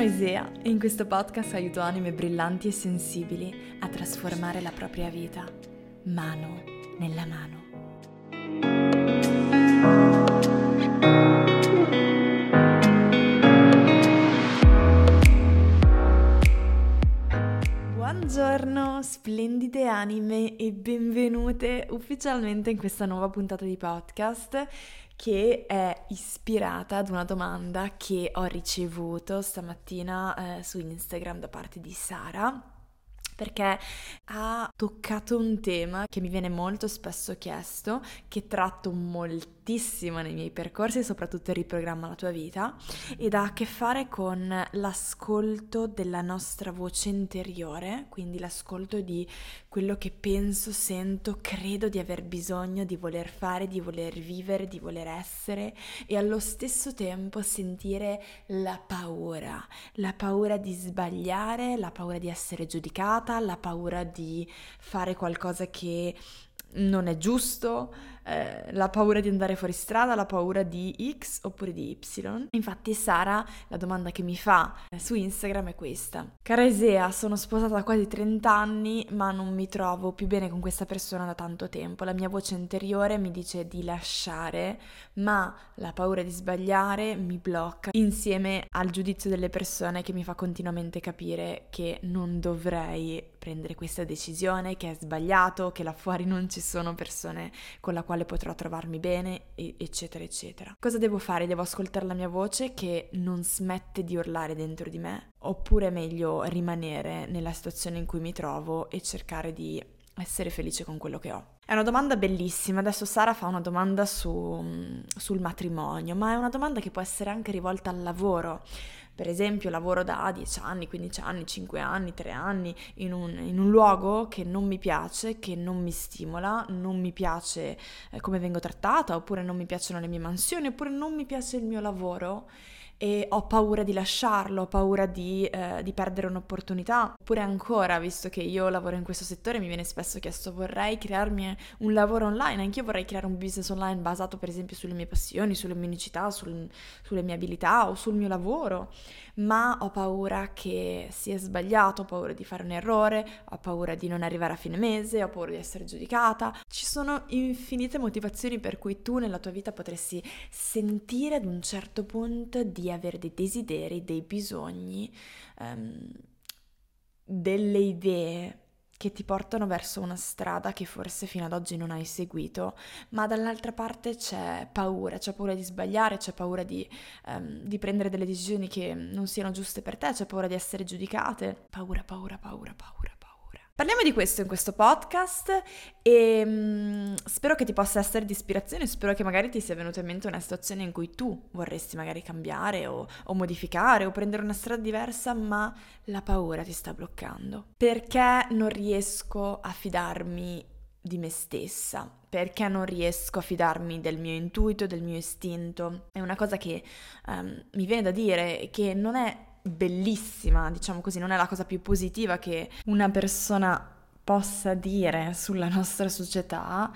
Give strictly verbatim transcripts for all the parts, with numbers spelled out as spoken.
Isea e in questo podcast aiuto anime brillanti e sensibili a trasformare la propria vita, mano nella mano. Buongiorno, splendide anime e benvenute ufficialmente in questa nuova puntata di podcast che è ispirata ad una domanda che ho ricevuto stamattina eh, su Instagram da parte di Sara, perché ha toccato un tema che mi viene molto spesso chiesto, che tratto moltissimo nei miei percorsi, soprattutto il riprogramma la tua vita, ed ha a che fare con l'ascolto della nostra voce interiore, quindi l'ascolto di quello che penso, sento, credo di aver bisogno, di voler fare, di voler vivere, di voler essere, e allo stesso tempo sentire la paura, la paura di sbagliare, la paura di essere giudicata, la paura di fare qualcosa che non è giusto, eh, la paura di andare fuori strada, la paura di X oppure di Y. Infatti Sara, la domanda che mi fa su Instagram è questa: cara Isea, sono sposata da quasi trenta anni ma non mi trovo più bene con questa persona da tanto tempo. La mia voce interiore mi dice di lasciare, ma la paura di sbagliare mi blocca, insieme al giudizio delle persone che mi fa continuamente capire che non dovrei prendere questa decisione, che è sbagliato, che là fuori non ci sono persone con la quale potrò trovarmi bene, eccetera eccetera. Cosa devo fare? Devo ascoltare la mia voce che non smette di urlare dentro di me? Oppure è meglio rimanere nella situazione in cui mi trovo e cercare di essere felice con quello che ho? È una domanda bellissima. Adesso Sara fa una domanda su, sul matrimonio, ma è una domanda che può essere anche rivolta al lavoro. Per esempio, lavoro da dieci anni, quindici anni, cinque anni, tre anni in un, in un luogo che non mi piace, che non mi stimola, non mi piace eh, come vengo trattata, oppure non mi piacciono le mie mansioni, oppure non mi piace il mio lavoro e ho paura di lasciarlo, ho paura di, eh, di perdere un'opportunità. Oppure ancora, visto che io lavoro in questo settore, mi viene spesso chiesto: vorrei crearmi un lavoro online, anch'io vorrei creare un business online basato per esempio sulle mie passioni, sulle mie unicità, sul, sulle mie abilità o sul mio lavoro, ma ho paura che sia sbagliato, ho paura di fare un errore, ho paura di non arrivare a fine mese, ho paura di essere giudicata. Ci sono infinite motivazioni per cui tu nella tua vita potresti sentire ad un certo punto di avere dei desideri, dei bisogni, um, delle idee che ti portano verso una strada che forse fino ad oggi non hai seguito, ma dall'altra parte c'è paura, c'è paura di sbagliare, c'è paura di, um, di prendere delle decisioni che non siano giuste per te, c'è paura di essere giudicate. Paura, paura, paura, paura. Parliamo di questo in questo podcast e um, spero che ti possa essere di ispirazione, spero che magari ti sia venuta in mente una situazione in cui tu vorresti magari cambiare o, o modificare o prendere una strada diversa, ma la paura ti sta bloccando. Perché non riesco a fidarmi di me stessa? Perché non riesco a fidarmi del mio intuito, del mio istinto? È una cosa che um, mi viene da dire che non è bellissima, diciamo così, non è la cosa più positiva che una persona possa dire sulla nostra società,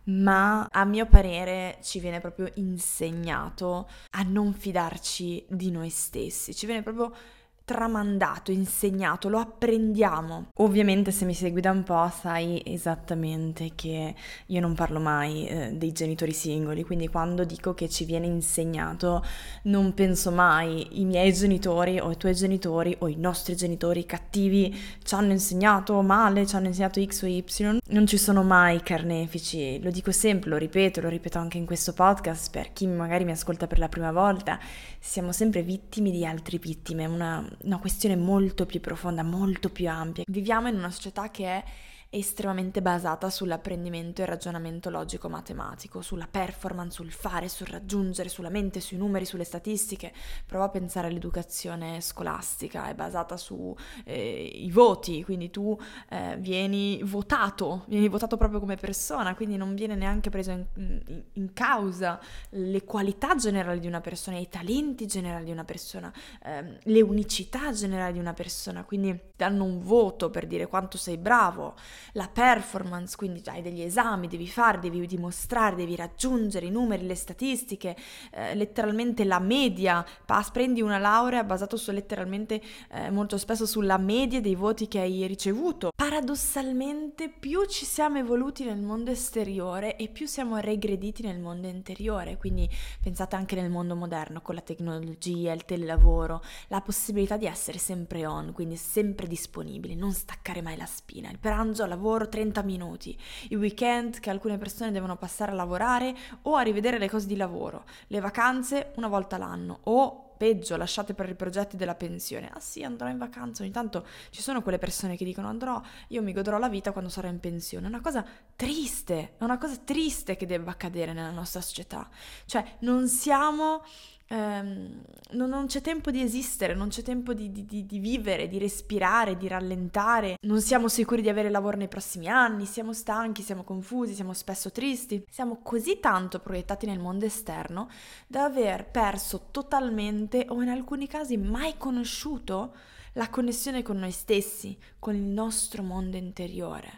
ma a mio parere ci viene proprio insegnato a non fidarci di noi stessi, ci viene proprio tramandato, insegnato, lo apprendiamo. Ovviamente se mi segui da un po' sai esattamente che io non parlo mai eh, dei genitori singoli, quindi quando dico che ci viene insegnato non penso mai i miei genitori o i tuoi genitori o i nostri genitori cattivi ci hanno insegnato male, ci hanno insegnato X o Y. Non ci sono mai carnefici, lo dico sempre, lo ripeto, lo ripeto anche in questo podcast per chi magari mi ascolta per la prima volta. Siamo sempre vittime di altre vittime, una, una questione molto più profonda, molto più ampia. Viviamo in una società che è estremamente basata sull'apprendimento e il ragionamento logico-matematico, sulla performance, sul fare, sul raggiungere, sulla mente, sui numeri, sulle statistiche. Prova a pensare all'educazione scolastica, è basata sui eh, voti, quindi tu eh, vieni votato, vieni votato proprio come persona, quindi non viene neanche preso in, in, in causa le qualità generali di una persona, i talenti generali di una persona, ehm, le unicità generali di una persona, quindi danno un voto per dire quanto sei bravo. la performance, quindi hai degli esami, devi fare, devi dimostrare, devi raggiungere i numeri, le statistiche, eh, letteralmente la media, Pas, prendi una laurea basato su letteralmente eh, molto spesso sulla media dei voti che hai ricevuto. Paradossalmente più ci siamo evoluti nel mondo esteriore e più siamo regrediti nel mondo interiore, quindi pensate anche nel mondo moderno con la tecnologia, il telelavoro, la possibilità di essere sempre on, quindi sempre disponibili, non staccare mai la spina, il pranzo, lavoro trenta minuti, i weekend che alcune persone devono passare a lavorare o a rivedere le cose di lavoro, le vacanze una volta l'anno o peggio, lasciate per i progetti della pensione. Ah sì, andrò in vacanza. Ogni tanto ci sono quelle persone che dicono andrò, io mi godrò la vita quando sarò in pensione. È una cosa triste, è una cosa triste che debba accadere nella nostra società. Cioè, non siamo... ehm, non, non c'è tempo di esistere, non c'è tempo di, di, di, di vivere, di respirare, di rallentare. Non siamo sicuri di avere lavoro nei prossimi anni, siamo stanchi, siamo confusi, siamo spesso tristi. Siamo così tanto proiettati nel mondo esterno da aver perso totalmente o in alcuni casi mai conosciuto la connessione con noi stessi, con il nostro mondo interiore.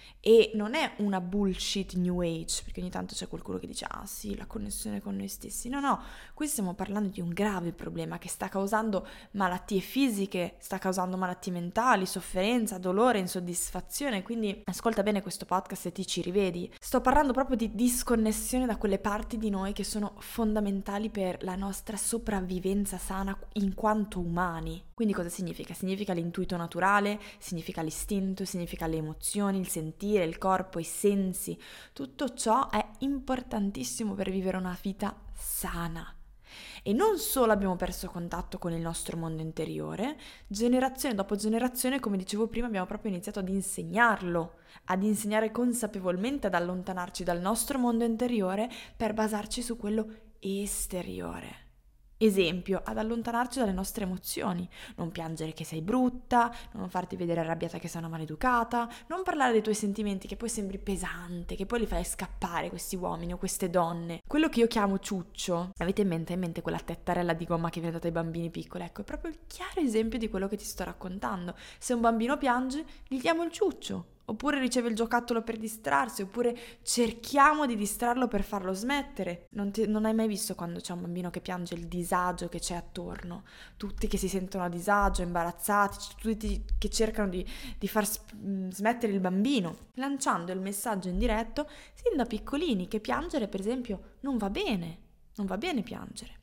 E non è una bullshit new age, perché ogni tanto c'è qualcuno che dice ah sì, la connessione con noi stessi. No, no, qui stiamo parlando di un grave problema che sta causando malattie fisiche, sta causando malattie mentali, sofferenza, dolore, insoddisfazione. Quindi ascolta bene questo podcast e ti ci rivedi. Sto parlando proprio di disconnessione da quelle parti di noi che sono fondamentali per la nostra sopravvivenza sana in quanto umani. Quindi cosa significa? Significa l'intuito naturale, significa l'istinto, significa le emozioni, il sentire, il corpo, i sensi. Tutto ciò è importantissimo per vivere una vita sana. E non solo abbiamo perso contatto con il nostro mondo interiore, generazione dopo generazione, come dicevo prima, abbiamo proprio iniziato ad insegnarlo, ad insegnare consapevolmente ad allontanarci dal nostro mondo interiore per basarci su quello esteriore. Esempio, ad allontanarci dalle nostre emozioni, non piangere che sei brutta, non farti vedere arrabbiata che sei una maleducata, non parlare dei tuoi sentimenti che poi sembri pesante, che poi li fai scappare questi uomini o queste donne. Quello che io chiamo ciuccio, avete in mente, in mente quella tettarella di gomma che viene data ai bambini piccoli? Ecco, è proprio il chiaro esempio di quello che ti sto raccontando. Se un bambino piange, gli diamo il ciuccio. Oppure riceve il giocattolo per distrarsi, oppure cerchiamo di distrarlo per farlo smettere. Non, ti, non hai mai visto quando c'è un bambino che piange il disagio che c'è attorno? Tutti che si sentono a disagio, imbarazzati, tutti che cercano di, di far smettere il bambino, lanciando il messaggio in diretto sin da piccolini che piangere, per esempio, non va bene, non va bene piangere.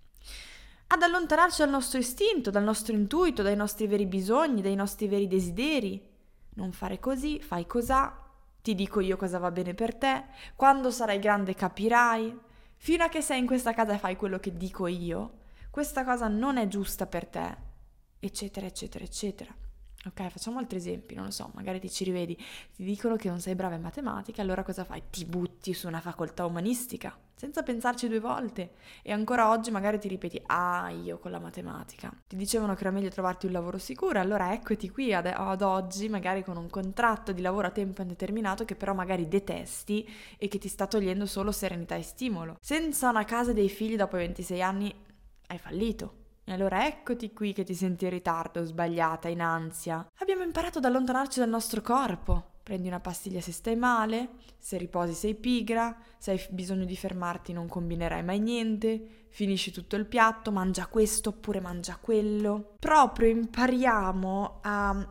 Ad allontanarci dal nostro istinto, dal nostro intuito, dai nostri veri bisogni, dai nostri veri desideri. Non fare così, fai cosà, ti dico io cosa va bene per te, quando sarai grande capirai, fino a che sei in questa casa e fai quello che dico io, questa cosa non è giusta per te, eccetera, eccetera, eccetera. Ok, facciamo altri esempi, non lo so, magari ti ci rivedi, ti dicono che non sei brava in matematica, allora cosa fai? Ti butti su una facoltà umanistica, senza pensarci due volte, e ancora oggi magari ti ripeti, ah, io con la matematica. Ti dicevano che era meglio trovarti un lavoro sicuro, allora eccoti qui ad, ad oggi, magari con un contratto di lavoro a tempo indeterminato che però magari detesti e che ti sta togliendo solo serenità e stimolo. Senza una casa e dei figli dopo i ventisei anni hai fallito. E allora eccoti qui che ti senti in ritardo, sbagliata, in ansia. Abbiamo imparato ad allontanarci dal nostro corpo. Prendi una pastiglia se stai male, se riposi sei pigra, se hai bisogno di fermarti non combinerai mai niente, finisci tutto il piatto, mangia questo oppure mangia quello. Proprio impariamo a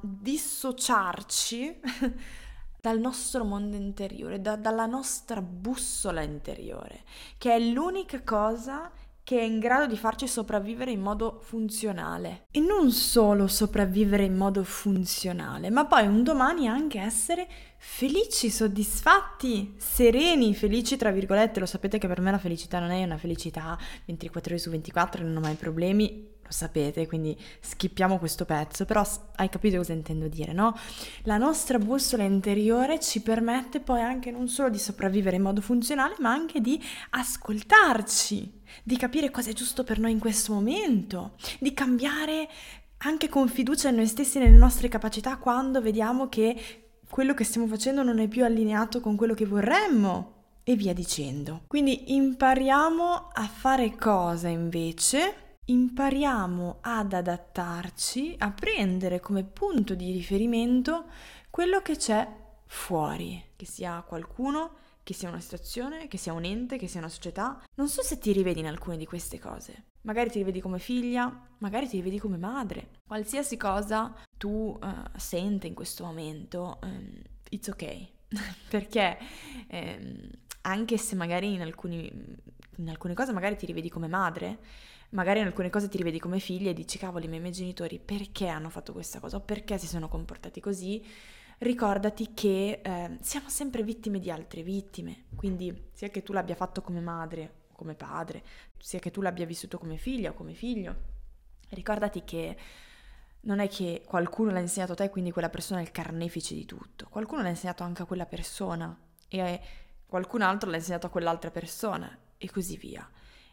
dissociarci dal nostro mondo interiore, da, dalla nostra bussola interiore, che è l'unica cosa che è in grado di farci sopravvivere in modo funzionale. E non solo sopravvivere in modo funzionale, ma poi un domani anche essere felici, soddisfatti, sereni, felici tra virgolette. Lo sapete che per me la felicità non è una felicità ventiquattro ore su ventiquattro, non ho mai problemi, lo sapete, quindi skippiamo questo pezzo, però hai capito cosa intendo dire, no? La nostra bussola interiore ci permette poi anche non solo di sopravvivere in modo funzionale, ma anche di ascoltarci, di capire cosa è giusto per noi in questo momento, di cambiare anche con fiducia in noi stessi e nelle nostre capacità quando vediamo che quello che stiamo facendo non è più allineato con quello che vorremmo e via dicendo. Quindi impariamo a fare cosa invece? Impariamo ad adattarci, a prendere come punto di riferimento quello che c'è fuori, che sia qualcuno, che sia una situazione, che sia un ente, che sia una società. Non so se ti rivedi in alcune di queste cose. Magari ti rivedi come figlia, magari ti rivedi come madre. Qualsiasi cosa tu uh, senta in questo momento, um, it's ok. Perché um, anche se magari in, alcuni, in alcune cose magari ti rivedi come madre, magari in alcune cose ti rivedi come figlia e dici cavoli, ma i miei genitori perché hanno fatto questa cosa o perché si sono comportati così? Ricordati che eh, siamo sempre vittime di altre vittime, quindi sia che tu l'abbia fatto come madre o come padre, sia che tu l'abbia vissuto come figlia o come figlio, ricordati che non è che qualcuno l'ha insegnato a te, quindi quella persona è il carnefice di tutto, qualcuno l'ha insegnato anche a quella persona e qualcun altro l'ha insegnato a quell'altra persona e così via.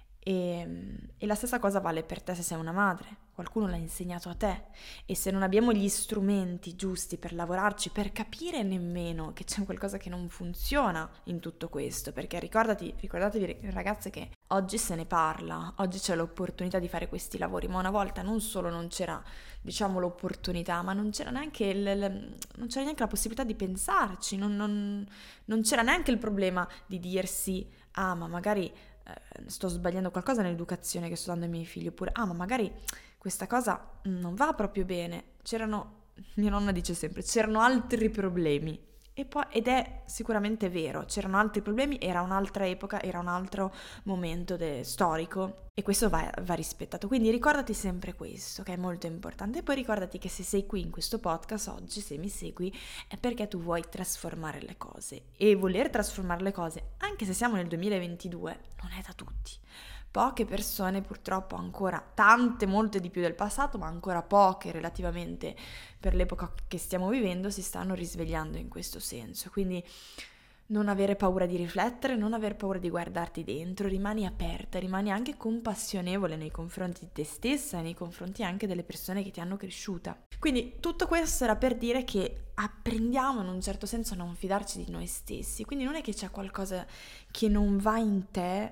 E, e la stessa cosa vale per te se sei una madre, qualcuno l'ha insegnato a te e se non abbiamo gli strumenti giusti per lavorarci, per capire nemmeno che c'è qualcosa che non funziona in tutto questo, perché ricordati, ricordatevi ragazze che oggi se ne parla, oggi c'è l'opportunità di fare questi lavori, ma una volta non solo non c'era, diciamo, l'opportunità, ma non c'era neanche, il, il, non c'era neanche la possibilità di pensarci, non, non, non c'era neanche il problema di dirsi, ah ma magari sto sbagliando qualcosa nell'educazione che sto dando ai miei figli, oppure ah ma magari questa cosa non va proprio bene, c'erano, mia nonna dice sempre, c'erano altri problemi e poi, ed è sicuramente vero, c'erano altri problemi, era un'altra epoca, era un altro momento de- storico e questo va, va rispettato, quindi ricordati sempre questo che è molto importante e poi ricordati che se sei qui in questo podcast oggi, se mi segui, è perché tu vuoi trasformare le cose e voler trasformare le cose, anche se siamo nel duemilaventidue, non è da tutti. Poche persone purtroppo ancora, tante, molte di più del passato, ma ancora poche relativamente per l'epoca che stiamo vivendo, si stanno risvegliando in questo senso. Quindi non avere paura di riflettere, non aver paura di guardarti dentro, rimani aperta, rimani anche compassionevole nei confronti di te stessa e nei confronti anche delle persone che ti hanno cresciuta. Quindi tutto questo era per dire che apprendiamo in un certo senso a non fidarci di noi stessi, quindi non è che c'è qualcosa che non va in te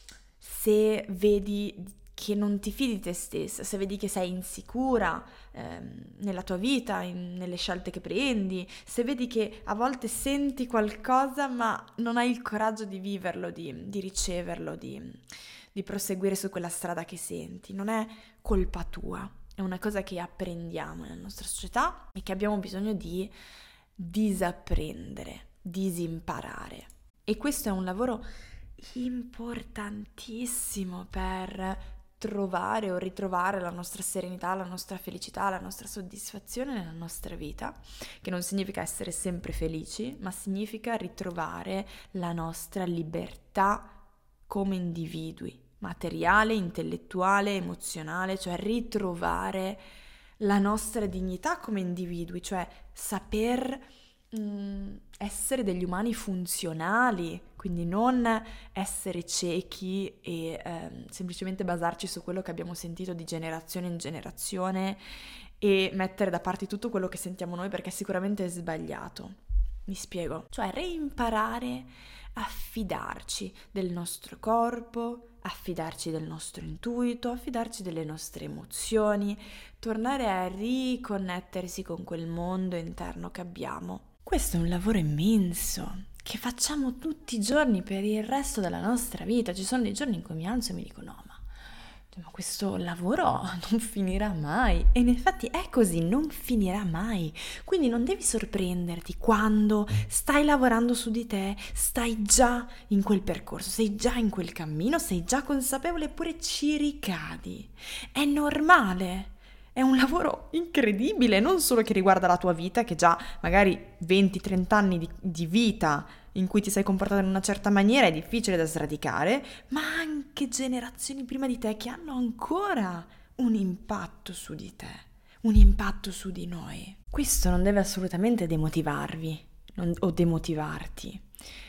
se vedi che non ti fidi di te stessa, se vedi che sei insicura ehm, nella tua vita, in, nelle scelte che prendi, se vedi che a volte senti qualcosa ma non hai il coraggio di viverlo, di, di riceverlo, di, di proseguire su quella strada che senti, non è colpa tua, è una cosa che apprendiamo nella nostra società e che abbiamo bisogno di disapprendere, disimparare. E questo è un lavoro importantissimo per trovare o ritrovare la nostra serenità, la nostra felicità, la nostra soddisfazione nella nostra vita, che non significa essere sempre felici, ma significa ritrovare la nostra libertà come individui, materiale, intellettuale, emozionale, cioè ritrovare la nostra dignità come individui, cioè saper mh, essere degli umani funzionali, quindi non essere ciechi e eh, semplicemente basarci su quello che abbiamo sentito di generazione in generazione e mettere da parte tutto quello che sentiamo noi perché sicuramente è sbagliato. Mi spiego, cioè reimparare a fidarci del nostro corpo, a fidarci del nostro intuito, a fidarci delle nostre emozioni, tornare a riconnettersi con quel mondo interno che abbiamo. Questo è un lavoro immenso che facciamo tutti i giorni per il resto della nostra vita. Ci sono dei giorni in cui mi alzo e mi dico no, ma, ma questo lavoro non finirà mai. E in effetti è così, non finirà mai. Quindi non devi sorprenderti quando stai lavorando su di te, stai già in quel percorso, sei già in quel cammino, sei già consapevole eppure ci ricadi. È normale. È un lavoro incredibile, non solo che riguarda la tua vita, che già magari venti trenta anni di, di vita in cui ti sei comportato in una certa maniera è difficile da sradicare, ma anche generazioni prima di te che hanno ancora un impatto su di te, un impatto su di noi. Questo non deve assolutamente demotivarvi non, o demotivarti.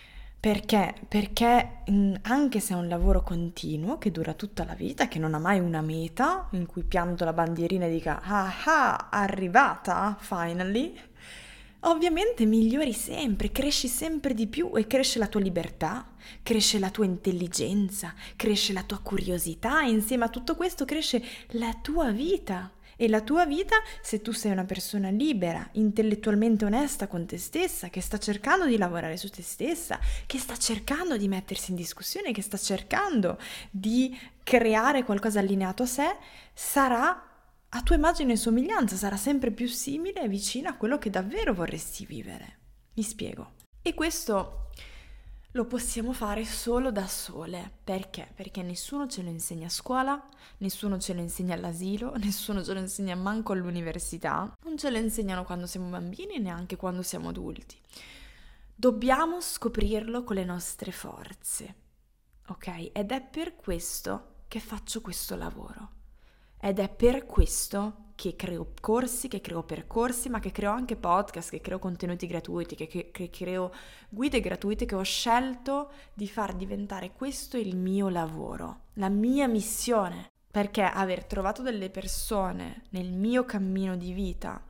Perché? Perché anche se è un lavoro continuo che dura tutta la vita, che non ha mai una meta in cui pianto la bandierina e dica ah ah, arrivata, finally, ovviamente migliori sempre, cresci sempre di più e cresce la tua libertà, cresce la tua intelligenza, cresce la tua curiosità e insieme a tutto questo cresce la tua vita E la tua vita, se tu sei una persona libera, intellettualmente onesta con te stessa, che sta cercando di lavorare su te stessa, che sta cercando di mettersi in discussione, che sta cercando di creare qualcosa allineato a sé, sarà a tua immagine e somiglianza, sarà sempre più simile e vicina a quello che davvero vorresti vivere. Mi spiego. E questo lo possiamo fare solo da sole. Perché? Perché nessuno ce lo insegna a scuola, nessuno ce lo insegna all'asilo, nessuno ce lo insegna manco all'università, non ce lo insegnano quando siamo bambini, neanche quando siamo adulti. Dobbiamo scoprirlo con le nostre forze, ok? Ed è per questo che faccio questo lavoro. Ed è per questo che creo corsi, che creo percorsi, ma che creo anche podcast, che creo contenuti gratuiti, che, che, che creo guide gratuite, che ho scelto di far diventare questo il mio lavoro, la mia missione. Perché aver trovato delle persone nel mio cammino di vita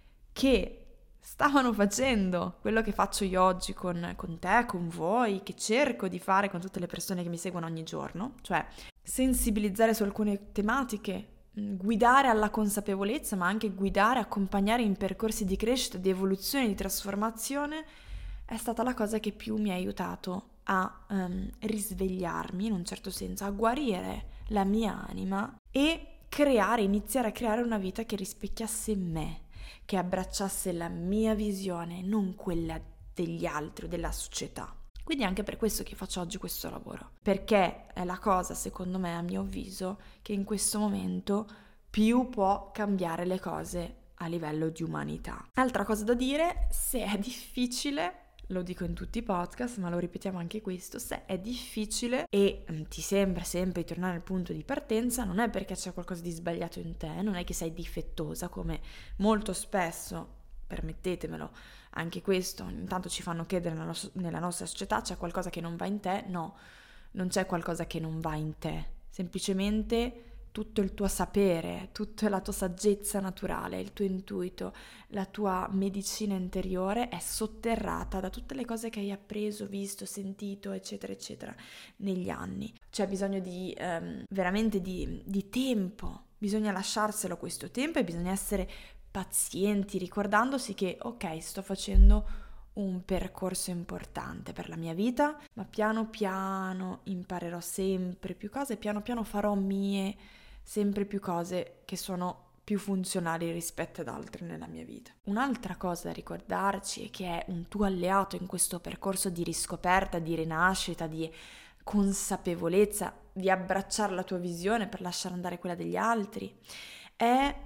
che stavano facendo quello che faccio io oggi con, con te, con voi, che cerco di fare con tutte le persone che mi seguono ogni giorno, cioè sensibilizzare su alcune tematiche, guidare alla consapevolezza, ma anche guidare, accompagnare in percorsi di crescita, di evoluzione, di trasformazione, è stata la cosa che più mi ha aiutato a um, risvegliarmi in un certo senso, a guarire la mia anima e creare, iniziare a creare una vita che rispecchiasse me, che abbracciasse la mia visione, non quella degli altri o della società. Quindi è anche per questo che faccio oggi questo lavoro, perché è la cosa, secondo me, a mio avviso, che in questo momento più può cambiare le cose a livello di umanità. Altra cosa da dire, se è difficile, lo dico in tutti i podcast, ma lo ripetiamo anche questo, se è difficile e ti sembra sempre di tornare al punto di partenza, non è perché c'è qualcosa di sbagliato in te, non è che sei difettosa, come molto spesso, permettetemelo, anche questo, intanto ci fanno credere nella, nella nostra società, c'è qualcosa che non va in te. No, non c'è qualcosa che non va in te, semplicemente tutto il tuo sapere, tutta la tua saggezza naturale, il tuo intuito, la tua medicina interiore è sotterrata da tutte le cose che hai appreso, visto, sentito, eccetera, eccetera, negli anni. C'è bisogno di um, veramente di, di tempo, bisogna lasciarselo questo tempo e bisogna essere pazienti, ricordandosi che ok, sto facendo un percorso importante per la mia vita, ma piano piano imparerò sempre più cose, piano piano farò mie sempre più cose che sono più funzionali rispetto ad altre nella mia vita. Un'altra cosa da ricordarci è che è un tuo alleato in questo percorso di riscoperta, di rinascita, di consapevolezza, di abbracciare la tua visione per lasciare andare quella degli altri, è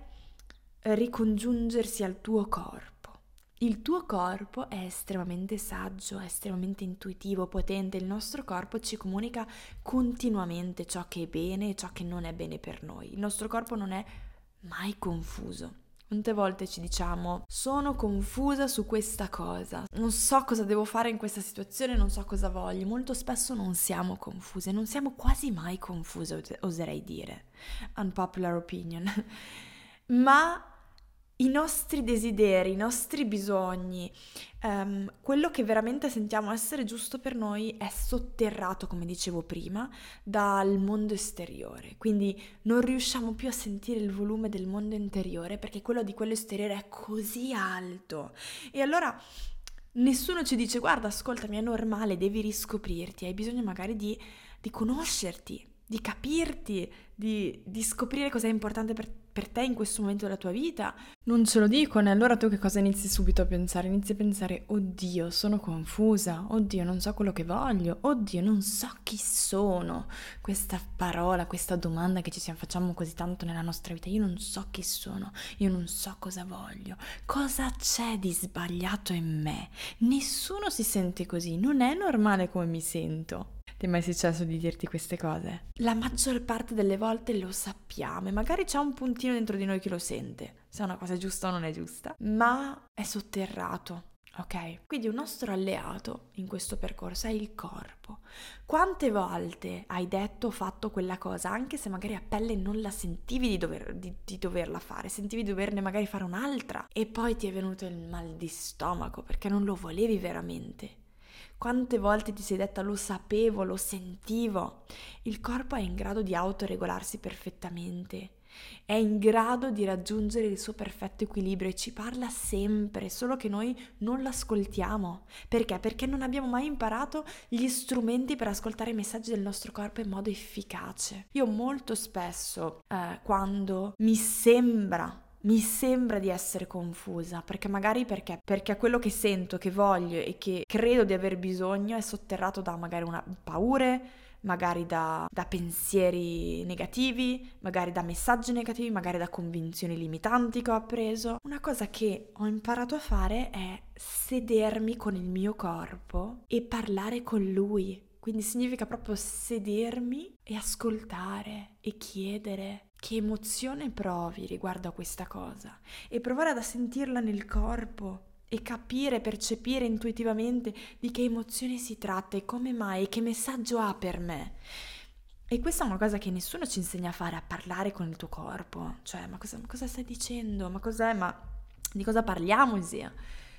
ricongiungersi al tuo corpo. Il tuo corpo è estremamente saggio, è estremamente intuitivo, potente. Il nostro corpo ci comunica continuamente ciò che è bene e ciò che non è bene per noi. Il nostro corpo non è mai confuso. Quante volte ci diciamo: sono confusa su questa cosa, non so cosa devo fare in questa situazione, non so cosa voglio. Molto spesso non siamo confuse, non siamo quasi mai confuse, oserei dire. Unpopular opinion. Ma i nostri desideri, i nostri bisogni, um, quello che veramente sentiamo essere giusto per noi è sotterrato, come dicevo prima, dal mondo esteriore. Quindi non riusciamo più a sentire il volume del mondo interiore perché quello di quello esteriore è così alto. E allora nessuno ci dice: guarda, ascoltami, è normale, devi riscoprirti, hai bisogno magari di, di conoscerti, di capirti, di, di scoprire cosa è importante per, per te in questo momento della tua vita. Non ce lo dicono, e allora tu che cosa inizi subito a pensare? Inizi a pensare: oddio, sono confusa, oddio, non so quello che voglio, oddio, non so chi sono. Questa parola, questa domanda che ci facciamo così tanto nella nostra vita: io non so chi sono, io non so cosa voglio, cosa c'è di sbagliato in me. Nessuno si sente così, non è normale come mi sento. Ti è mai successo di dirti queste cose? La maggior parte delle volte lo sappiamo e magari c'è un puntino dentro di noi che lo sente, se una cosa è giusta o non è giusta, ma è sotterrato, ok? Quindi un nostro alleato in questo percorso è il corpo. Quante volte hai detto o fatto quella cosa, anche se magari a pelle non la sentivi di, dover, di, di doverla fare, sentivi di doverne magari fare un'altra e poi ti è venuto il mal di stomaco perché non lo volevi veramente. Quante volte ti sei detta: lo sapevo, lo sentivo. Il corpo è in grado di autoregolarsi perfettamente è in grado di raggiungere il suo perfetto equilibrio e ci parla sempre, solo che noi non l'ascoltiamo. Perché? Perché non abbiamo mai imparato gli strumenti per ascoltare i messaggi del nostro corpo in modo efficace. Io molto spesso, eh, quando mi sembra Mi sembra di essere confusa, perché magari perché, perché quello che sento, che voglio e che credo di aver bisogno è sotterrato da magari una paure, magari da, da pensieri negativi, magari da messaggi negativi, magari da convinzioni limitanti che ho appreso. Una cosa che ho imparato a fare è sedermi con il mio corpo e parlare con lui. Quindi significa proprio sedermi e ascoltare e chiedere che emozione provi riguardo a questa cosa e provare ad sentirla nel corpo e capire, percepire intuitivamente di che emozione si tratta e come mai e che messaggio ha per me. E questa è una cosa che nessuno ci insegna a fare, a parlare con il tuo corpo. Cioè, ma cosa, ma cosa stai dicendo? Ma cos'è? Ma di cosa parliamo, Isia?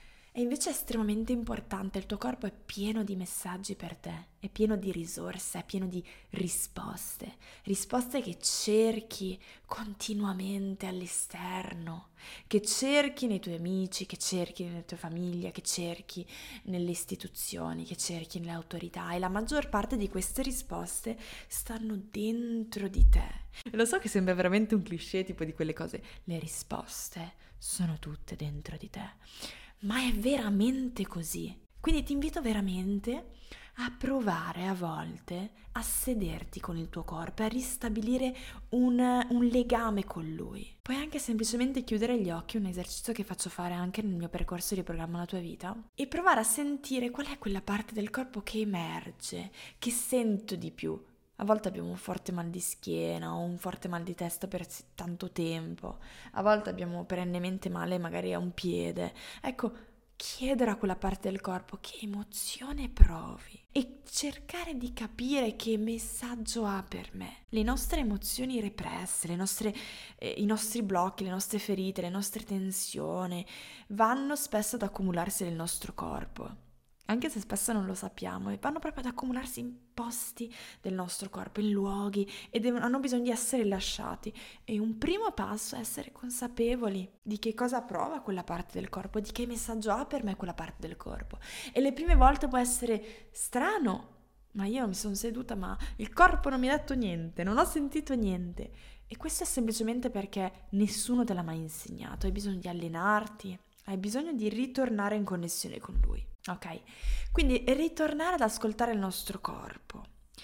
E invece è estremamente importante, il tuo corpo è pieno di messaggi per te, è pieno di risorse, è pieno di risposte, risposte che cerchi continuamente all'esterno, che cerchi nei tuoi amici, che cerchi nella tua famiglia, che cerchi nelle istituzioni, che cerchi nelle autorità, e la maggior parte di queste risposte stanno dentro di te. E lo so che sembra veramente un cliché, tipo di quelle cose, le risposte sono tutte dentro di te. Ma è veramente così. Quindi ti invito veramente a provare a volte a sederti con il tuo corpo, a ristabilire un, un legame con lui. Puoi anche semplicemente chiudere gli occhi, un esercizio che faccio fare anche nel mio percorso di Programma la tua vita, e provare a sentire qual è quella parte del corpo che emerge, che sento di più. A volte abbiamo un forte mal di schiena o un forte mal di testa per tanto tempo, a volte abbiamo perennemente male magari a un piede. Ecco, chiedere a quella parte del corpo che emozione provi e cercare di capire che messaggio ha per me. Le nostre emozioni represse, le nostre, eh, i nostri blocchi, le nostre ferite, le nostre tensioni vanno spesso ad accumularsi nel nostro corpo. Anche se spesso non lo sappiamo, e vanno proprio ad accumularsi in posti del nostro corpo, in luoghi, e devono, hanno bisogno di essere lasciati. E un primo passo è essere consapevoli di che cosa prova quella parte del corpo, di che messaggio ha per me quella parte del corpo. E le prime volte può essere strano, ma io mi sono seduta, ma il corpo non mi ha detto niente, non ho sentito niente. E questo è semplicemente perché nessuno te l'ha mai insegnato, hai bisogno di allenarti, hai bisogno di ritornare in connessione con lui. Ok, quindi ritornare ad ascoltare il nostro corpo,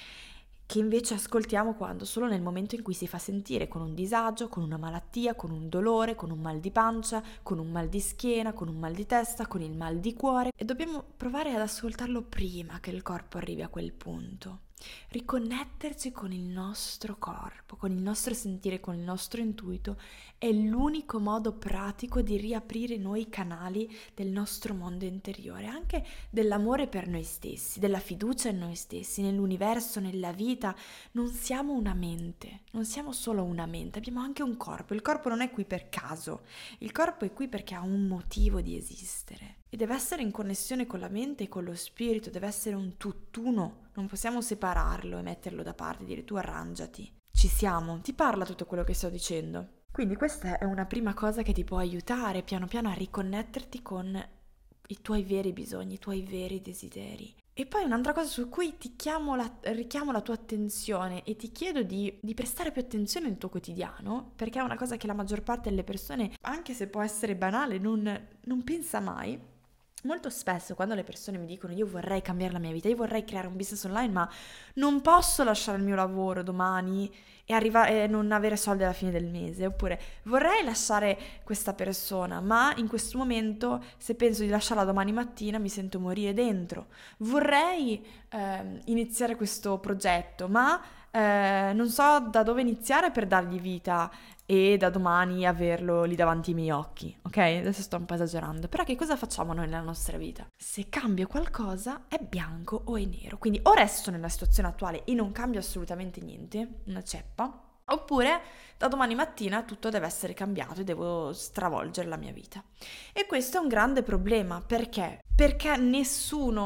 che invece ascoltiamo quando? Solo nel momento in cui si fa sentire con un disagio, con una malattia, con un dolore, con un mal di pancia, con un mal di schiena, con un mal di testa, con il mal di cuore, e dobbiamo provare ad ascoltarlo prima che il corpo arrivi a quel punto. Riconnetterci con il nostro corpo, con il nostro sentire, con il nostro intuito è l'unico modo pratico di riaprire noi i canali del nostro mondo interiore, anche dell'amore per noi stessi, della fiducia in noi stessi, nell'universo, nella vita. Non siamo una mente, non siamo solo una mente, abbiamo anche un corpo. Il corpo non è qui per caso, il corpo è qui perché ha un motivo di esistere. E deve essere in connessione con la mente e con lo spirito, deve essere un tutt'uno, non possiamo separarlo e metterlo da parte e dire tu arrangiati. Ci siamo, ti parla tutto quello che sto dicendo. Quindi questa è una prima cosa che ti può aiutare piano piano a riconnetterti con i tuoi veri bisogni, i tuoi veri desideri. E poi un'altra cosa su cui ti chiamo la, richiamo la tua attenzione e ti chiedo di, di prestare più attenzione nel tuo quotidiano, perché è una cosa che la maggior parte delle persone, anche se può essere banale, non, non pensa mai. Molto spesso quando le persone mi dicono io vorrei cambiare la mia vita, io vorrei creare un business online, ma non posso lasciare il mio lavoro domani e arrivare e non avere soldi alla fine del mese, oppure vorrei lasciare questa persona, ma in questo momento se penso di lasciarla domani mattina mi sento morire dentro. Vorrei eh, iniziare questo progetto, ma eh, non so da dove iniziare per dargli vita e da domani averlo lì davanti ai miei occhi, ok? Adesso sto un po' esagerando, però che cosa facciamo noi nella nostra vita? Se cambio qualcosa è bianco o è nero, quindi o resto nella situazione attuale e non cambio assolutamente niente, una ceppa, oppure da domani mattina tutto deve essere cambiato e devo stravolgere la mia vita. E questo è un grande problema, perché? Perché nessuno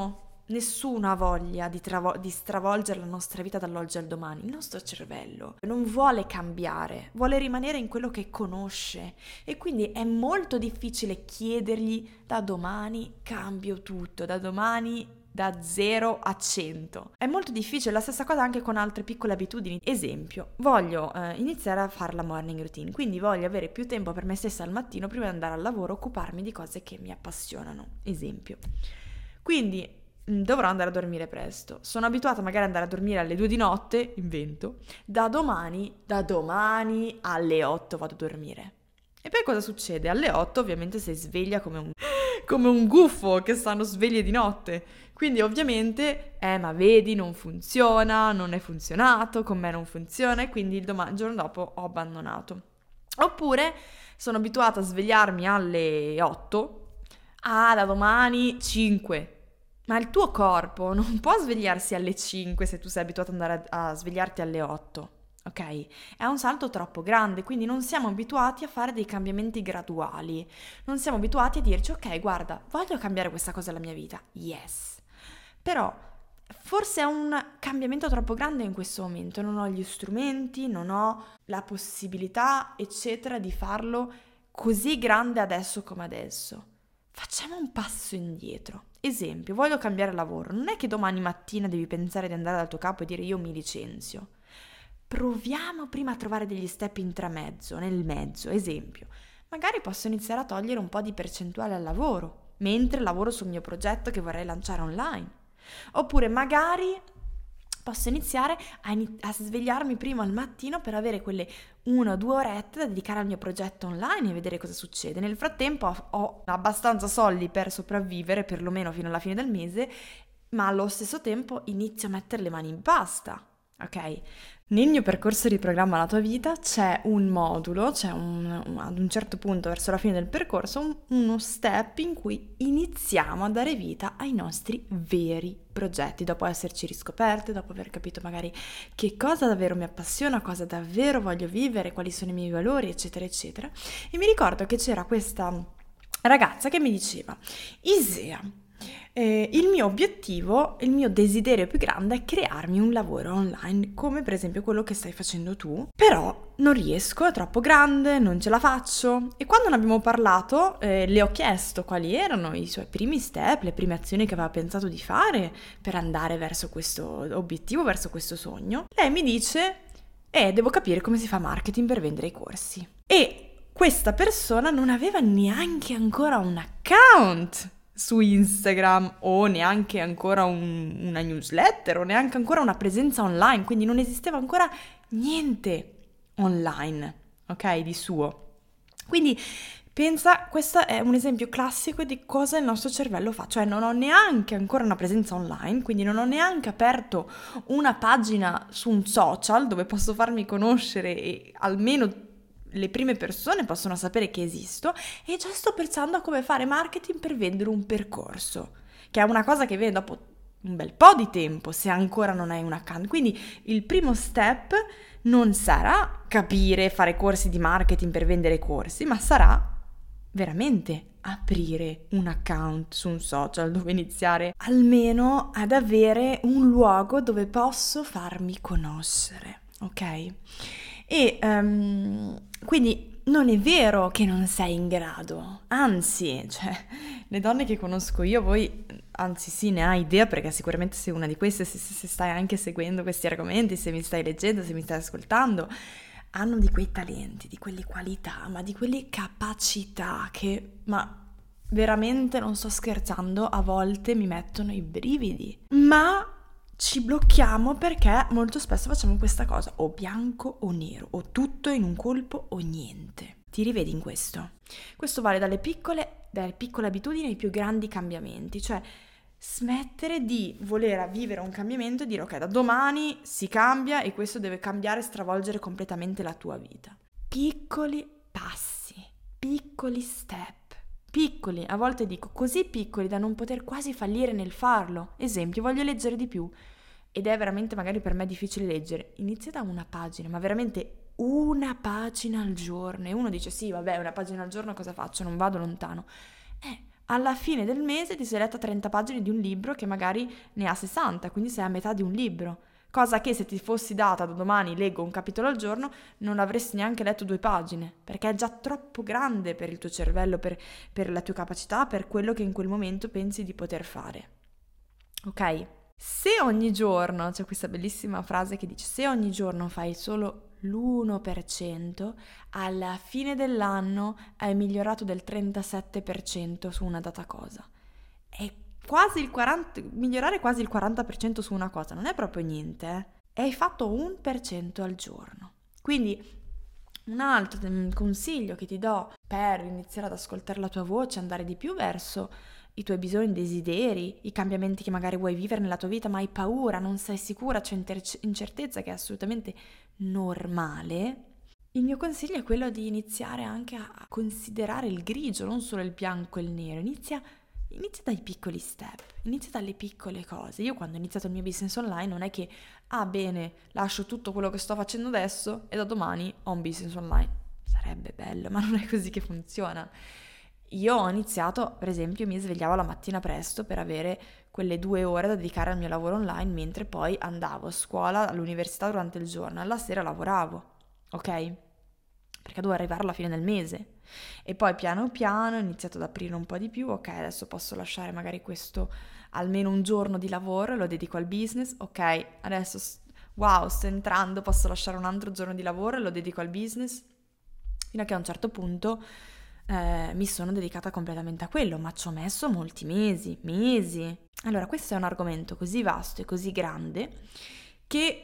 nessuno ha voglia di, travo- di stravolgere la nostra vita dall'oggi al domani. Il nostro cervello non vuole cambiare, vuole rimanere in quello che conosce e quindi è molto difficile chiedergli da domani cambio tutto, da domani da zero a cento. È molto difficile, la stessa cosa anche con altre piccole abitudini. Esempio, voglio eh, iniziare a fare la morning routine, quindi voglio avere più tempo per me stessa al mattino prima di andare al lavoro, occuparmi di cose che mi appassionano. Esempio. Quindi mh, dovrò andare a dormire presto. Sono abituata magari ad andare a dormire alle due di notte, invento, da domani, da domani alle otto vado a dormire. E poi cosa succede? Alle otto ovviamente sei sveglia come un, come un gufo che stanno sveglie di notte. Quindi ovviamente, eh ma vedi, non funziona, non è funzionato, con me non funziona e quindi il, doma- il giorno dopo ho abbandonato. Oppure sono abituata a svegliarmi alle otto, ah da domani cinque. Ma il tuo corpo non può svegliarsi alle cinque se tu sei abituato ad andare a, a svegliarti alle otto. Ok? È un salto troppo grande, quindi non siamo abituati a fare dei cambiamenti graduali. Non siamo abituati a dirci, ok, guarda, voglio cambiare questa cosa nella mia vita. Yes. Però forse è un cambiamento troppo grande in questo momento. Non ho gli strumenti, non ho la possibilità, eccetera, di farlo così grande adesso come adesso. Facciamo un passo indietro. Esempio, voglio cambiare lavoro. Non è che domani mattina devi pensare di andare dal tuo capo e dire io mi licenzio. Proviamo prima a trovare degli step intramezzo, nel mezzo. Esempio, magari posso iniziare a togliere un po' di percentuale al lavoro, mentre lavoro sul mio progetto che vorrei lanciare online. Oppure magari posso iniziare a, in- a svegliarmi prima al mattino per avere quelle una o due orette da dedicare al mio progetto online e vedere cosa succede. Nel frattempo ho, ho abbastanza soldi per sopravvivere, perlomeno fino alla fine del mese, ma allo stesso tempo inizio a mettere le mani in pasta. Ok? Nel mio percorso di Programma la tua vita c'è un modulo, c'è un, un- ad un certo punto verso la fine del percorso un- uno step in cui iniziamo a dare vita ai nostri veri progetti, dopo esserci riscoperte, dopo aver capito magari che cosa davvero mi appassiona, cosa davvero voglio vivere, quali sono i miei valori, eccetera, eccetera. E mi ricordo che c'era questa ragazza che mi diceva, Isea, eh, il mio obiettivo, il mio desiderio più grande è crearmi un lavoro online, come per esempio quello che stai facendo tu, però non riesco, è troppo grande, non ce la faccio. E quando ne abbiamo parlato, eh, le ho chiesto quali erano i suoi primi step, le prime azioni che aveva pensato di fare per andare verso questo obiettivo, verso questo sogno. Lei mi dice, eh, devo capire come si fa marketing per vendere i corsi. E questa persona non aveva neanche ancora un account su Instagram o neanche ancora un, una newsletter o neanche ancora una presenza online, quindi non esisteva ancora niente online, ok, di suo. Quindi pensa, questo è un esempio classico di cosa il nostro cervello fa, cioè non ho neanche ancora una presenza online, quindi non ho neanche aperto una pagina su un social dove posso farmi conoscere e almeno le prime persone possono sapere che esisto e già sto pensando a come fare marketing per vendere un percorso, che è una cosa che viene dopo un bel po' di tempo se ancora non hai un account. Quindi il primo step non sarà capire, fare corsi di marketing per vendere corsi, ma sarà veramente aprire un account su un social dove iniziare almeno ad avere un luogo dove posso farmi conoscere, ok? E um, quindi non è vero che non sei in grado, anzi, cioè, le donne che conosco io, voi, anzi sì, ne hai idea perché sicuramente sei una di queste, se, se stai anche seguendo questi argomenti, se mi stai leggendo, se mi stai ascoltando, hanno di quei talenti, di quelle qualità, ma di quelle capacità che, ma veramente non sto scherzando, a volte mi mettono i brividi. Ma ci blocchiamo perché molto spesso facciamo questa cosa, o bianco o nero, o tutto in un colpo o niente. Ti rivedi in questo? Questo vale dalle piccole, dalle piccole abitudini ai più grandi cambiamenti, cioè smettere di voler vivere un cambiamento e dire ok, da domani si cambia e questo deve cambiare e stravolgere completamente la tua vita. Piccoli passi, piccoli step. Piccoli, a volte dico così piccoli da non poter quasi fallire nel farlo. Esempio, voglio leggere di più ed è veramente magari per me difficile leggere. Inizia da una pagina, ma veramente una pagina al giorno. E uno dice sì, vabbè, una pagina al giorno cosa faccio? Non vado lontano. Eh, alla fine del mese ti sei letta trenta pagine di un libro che magari ne ha sessanta, quindi sei a metà di un libro. Cosa che se ti fossi data da domani leggo un capitolo al giorno non avresti neanche letto due pagine, perché è già troppo grande per il tuo cervello, per, per la tua capacità, per quello che in quel momento pensi di poter fare. Ok? Se ogni giorno, c'è questa bellissima frase che dice, se ogni giorno fai solo l'uno per cento, alla fine dell'anno hai migliorato del trentasette per cento su una data cosa. È quasi il quaranta, migliorare quasi il quaranta per cento su una cosa non è proprio niente, eh? E hai fatto un per cento al giorno. Quindi un altro consiglio che ti do per iniziare ad ascoltare la tua voce, andare di più verso i tuoi bisogni, desideri, i cambiamenti che magari vuoi vivere nella tua vita, ma hai paura, non sei sicura, c'è incertezza, che è assolutamente normale. Il mio consiglio è quello di iniziare anche a considerare il grigio, non solo il bianco e il nero. Inizia Inizia dai piccoli step, inizia dalle piccole cose. Io quando ho iniziato il mio business online non è che, ah bene, lascio tutto quello che sto facendo adesso e da domani ho un business online. Sarebbe bello, ma non è così che funziona. Io ho iniziato, per esempio, mi svegliavo la mattina presto per avere quelle due ore da dedicare al mio lavoro online, mentre poi andavo a scuola, all'università durante il giorno, alla sera lavoravo, ok? Perché dovevo arrivare alla fine del mese. E poi piano piano ho iniziato ad aprire un po' di più, ok, adesso posso lasciare magari questo almeno un giorno di lavoro e lo dedico al business, ok, adesso wow, sto entrando, posso lasciare un altro giorno di lavoro e lo dedico al business, fino a che a un certo punto eh, mi sono dedicata completamente a quello, ma ci ho messo molti mesi, mesi. Allora, questo è un argomento così vasto e così grande che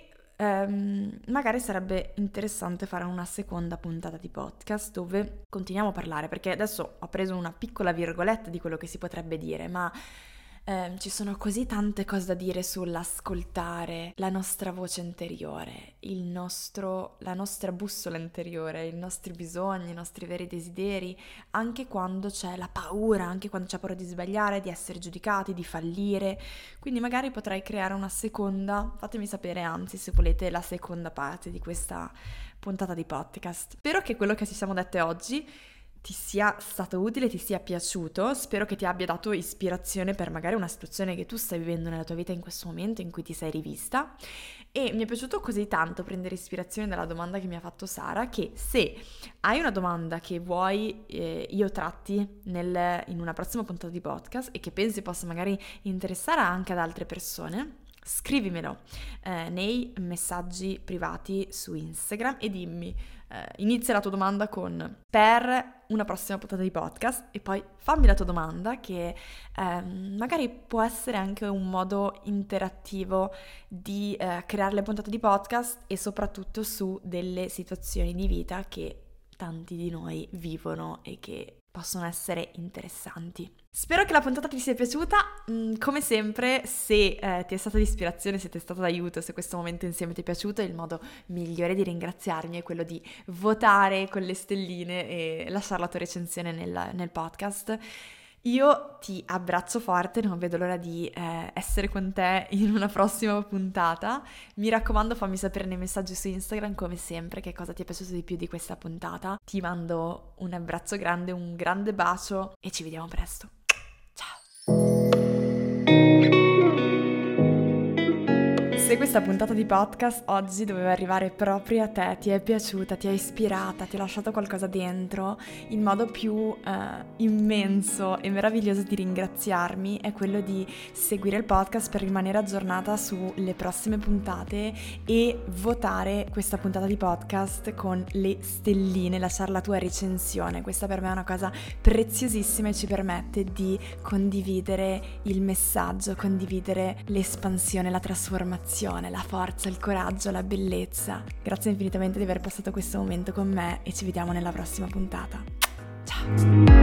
Um, magari sarebbe interessante fare una seconda puntata di podcast dove continuiamo a parlare, perché adesso ho preso una piccola virgoletta di quello che si potrebbe dire, ma um, ci sono così tante cose da dire sull'ascoltare la nostra voce interiore, il nostro, la nostra bussola interiore, i nostri bisogni, i nostri veri desideri, anche quando c'è la paura, anche quando c'è paura di sbagliare, di essere giudicati, di fallire. Quindi magari potrei creare una seconda, fatemi sapere anzi se volete la seconda parte di questa puntata di podcast. Spero che quello che ci siamo dette oggi ti sia stato utile, ti sia piaciuto, spero che ti abbia dato ispirazione per magari una situazione che tu stai vivendo nella tua vita in questo momento in cui ti sei rivista. E mi è piaciuto così tanto prendere ispirazione dalla domanda che mi ha fatto Sara, che se hai una domanda che vuoi eh, io tratti nel, in una prossima puntata di podcast e che pensi possa magari interessare anche ad altre persone, scrivimelo eh, nei messaggi privati su Instagram e dimmi, eh, inizia la tua domanda con per una prossima puntata di podcast e poi fammi la tua domanda che eh, magari può essere anche un modo interattivo di eh, creare le puntate di podcast e soprattutto su delle situazioni di vita che tanti di noi vivono e che possono essere interessanti. Spero che la puntata ti sia piaciuta, come sempre se eh, ti è stata di ispirazione, se ti è stato d'aiuto, se questo momento insieme ti è piaciuto, il modo migliore di ringraziarmi è quello di votare con le stelline e lasciare la tua recensione nel, nel podcast. Io ti abbraccio forte, non vedo l'ora di eh, essere con te in una prossima puntata. Mi raccomando, fammi sapere nei messaggi su Instagram, come sempre, che cosa ti è piaciuto di più di questa puntata. Ti mando un abbraccio grande, un grande bacio e ci vediamo presto. Ciao! Se questa puntata di podcast oggi doveva arrivare proprio a te, ti è piaciuta, ti è ispirata, ti ha lasciato qualcosa dentro, il modo più eh, immenso e meraviglioso di ringraziarmi è quello di seguire il podcast per rimanere aggiornata sulle prossime puntate e votare questa puntata di podcast con le stelline, lasciare la tua recensione. Questa per me è una cosa preziosissima e ci permette di condividere il messaggio, condividere l'espansione, la trasformazione, la forza, il coraggio, la bellezza. Grazie infinitamente di aver passato questo momento con me e ci vediamo nella prossima puntata. Ciao!